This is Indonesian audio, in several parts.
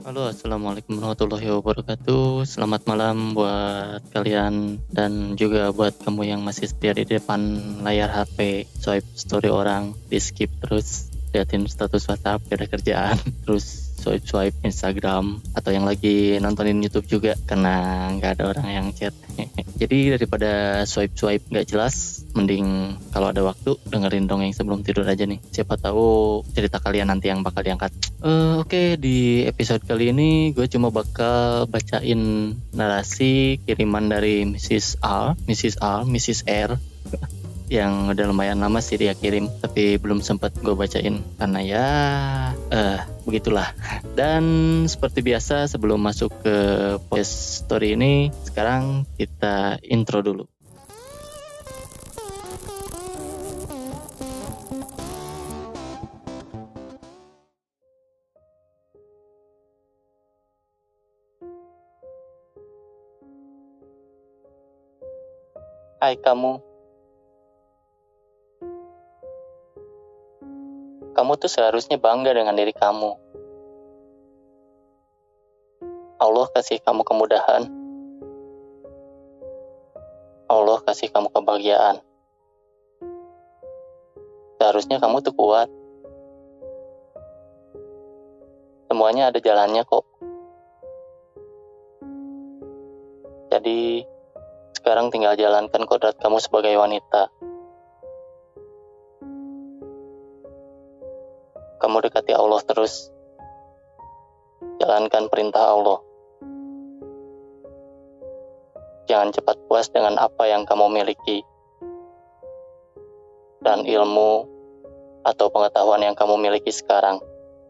Halo, assalamualaikum warahmatullahi wabarakatuh. Selamat malam buat kalian dan juga buat kamu yang masih setia di depan layar HP, swipe story orang, di skip terus, liatin status WhatsApp, gak ada kerjaan, terus swipe Instagram, atau yang lagi nontonin YouTube juga karena nggak ada orang yang chat. Jadi daripada swipe nggak jelas, mending kalau ada waktu dengerin dongeng sebelum tidur aja nih. Siapa tahu cerita kalian nanti yang bakal diangkat. Oke, di episode kali ini gue cuma bakal bacain narasi kiriman dari Mrs. R yang udah lumayan lama sih dia kirim, tapi belum sempat gue bacain karena ya begitulah. Dan seperti biasa sebelum masuk ke podcast story ini, sekarang kita intro dulu. Hai kamu. Kamu tuh seharusnya bangga dengan diri kamu. Allah kasih kamu kemudahan. Allah kasih kamu kebahagiaan. Seharusnya kamu tuh kuat. Semuanya ada jalannya kok. Jadi, sekarang tinggal jalankan kodrat kamu sebagai wanita. Kamu dekati Allah terus. Jalankan perintah Allah. Jangan cepat puas dengan apa yang kamu miliki. Dan ilmu atau pengetahuan yang kamu miliki sekarang.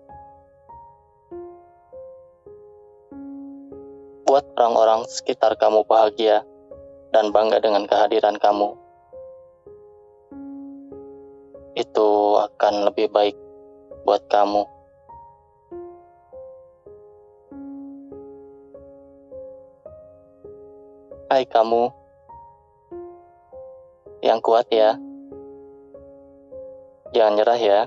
Buat orang-orang sekitar kamu bahagia dan bangga dengan kehadiran kamu. Itu akan lebih baik buat kamu. Hai kamu, yang kuat ya. Jangan nyerah ya.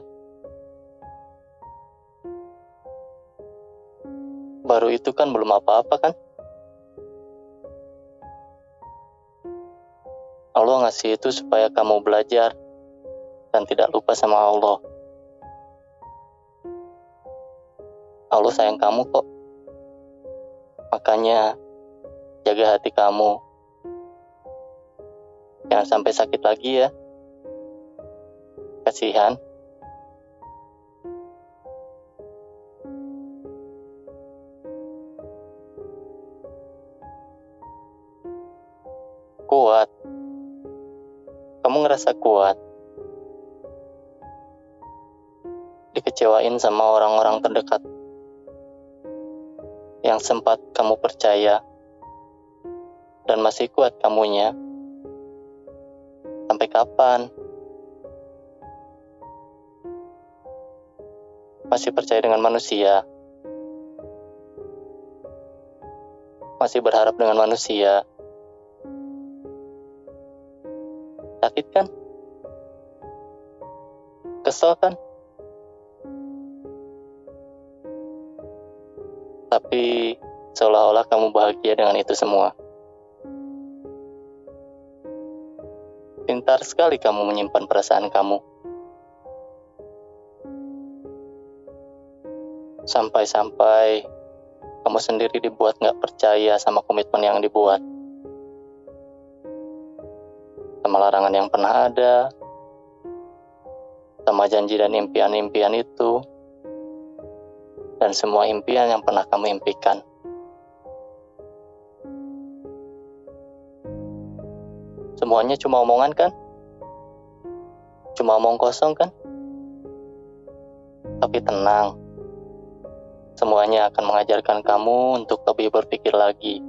Baru itu kan belum apa-apa kan? Allah ngasih itu supaya kamu belajar dan tidak lupa sama Allah. Allah sayang kamu kok. Makanya jaga hati kamu. Jangan sampai sakit lagi ya. Kasihan. Kuat. Kamu ngerasa kuat. Dikecewain sama orang-orang terdekat yang sempat kamu percaya dan masih kuat kamunya. Sampai kapan? Masih percaya dengan manusia? Masih berharap dengan manusia? Sakit kan? Kesel kan? Tapi seolah-olah kamu bahagia dengan itu semua. Pintar sekali kamu menyimpan perasaan kamu. Sampai-sampai kamu sendiri dibuat gak percaya sama komitmen yang dibuat. Sama larangan yang pernah ada. Sama janji dan impian-impian itu. Dan semua impian yang pernah kamu impikan. Semuanya cuma omongan kan? Cuma omong kosong kan? Tapi tenang. Semuanya akan mengajarkan kamu untuk lebih berpikir lagi.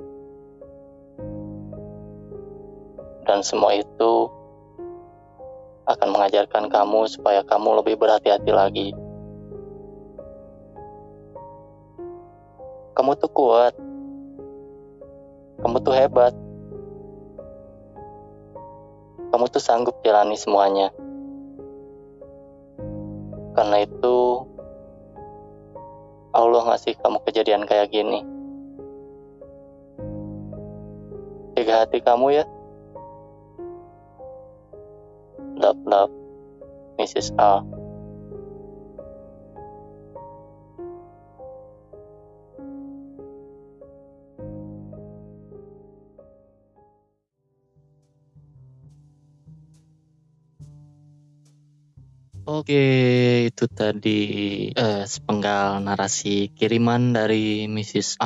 Dan semua itu akan mengajarkan kamu supaya kamu lebih berhati-hati lagi. Kamu tuh kuat. Kamu tuh hebat. Kamu tuh sanggup jalani semuanya. Karena itu, Allah Allah ngasih kamu kejadian kayak gini. Jaga hati kamu ya. Love, Mrs. A. Oke, itu tadi sepenggal narasi kiriman dari Mrs.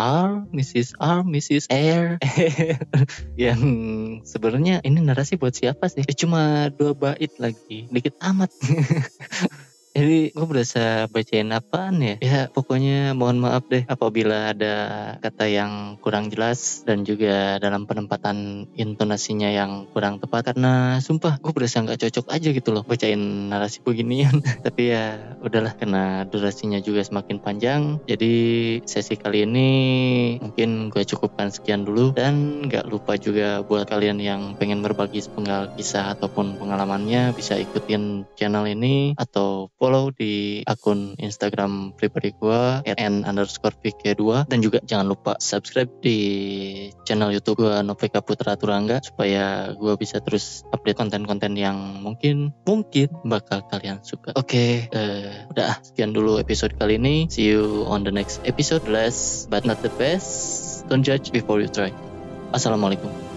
R, yang sebenarnya ini narasi buat siapa sih? Cuma 2 bait lagi, dikit amat. Jadi gue berasa bacain apaan ya? Ya pokoknya mohon maaf deh apabila ada kata yang kurang jelas dan juga dalam penempatan intonasinya yang kurang tepat. Karena sumpah gue berasa gak cocok aja gitu loh bacain narasi beginian. Tapi ya udahlah, karena durasinya juga semakin panjang. Jadi sesi kali ini mungkin gue cukupkan sekian dulu. Dan gak lupa juga buat kalian yang pengen berbagi sepenggal kisah ataupun pengalamannya, bisa ikutin channel ini atau follow di akun Instagram pribadi gua @n_vk2, dan juga jangan lupa subscribe di channel YouTube gua Noveka Putra Turangga supaya gua bisa terus update konten-konten yang mungkin bakal kalian suka. Oke, udah sekian dulu episode kali ini. See you on the next episode. Last but not the best, don't judge before you try. Assalamualaikum.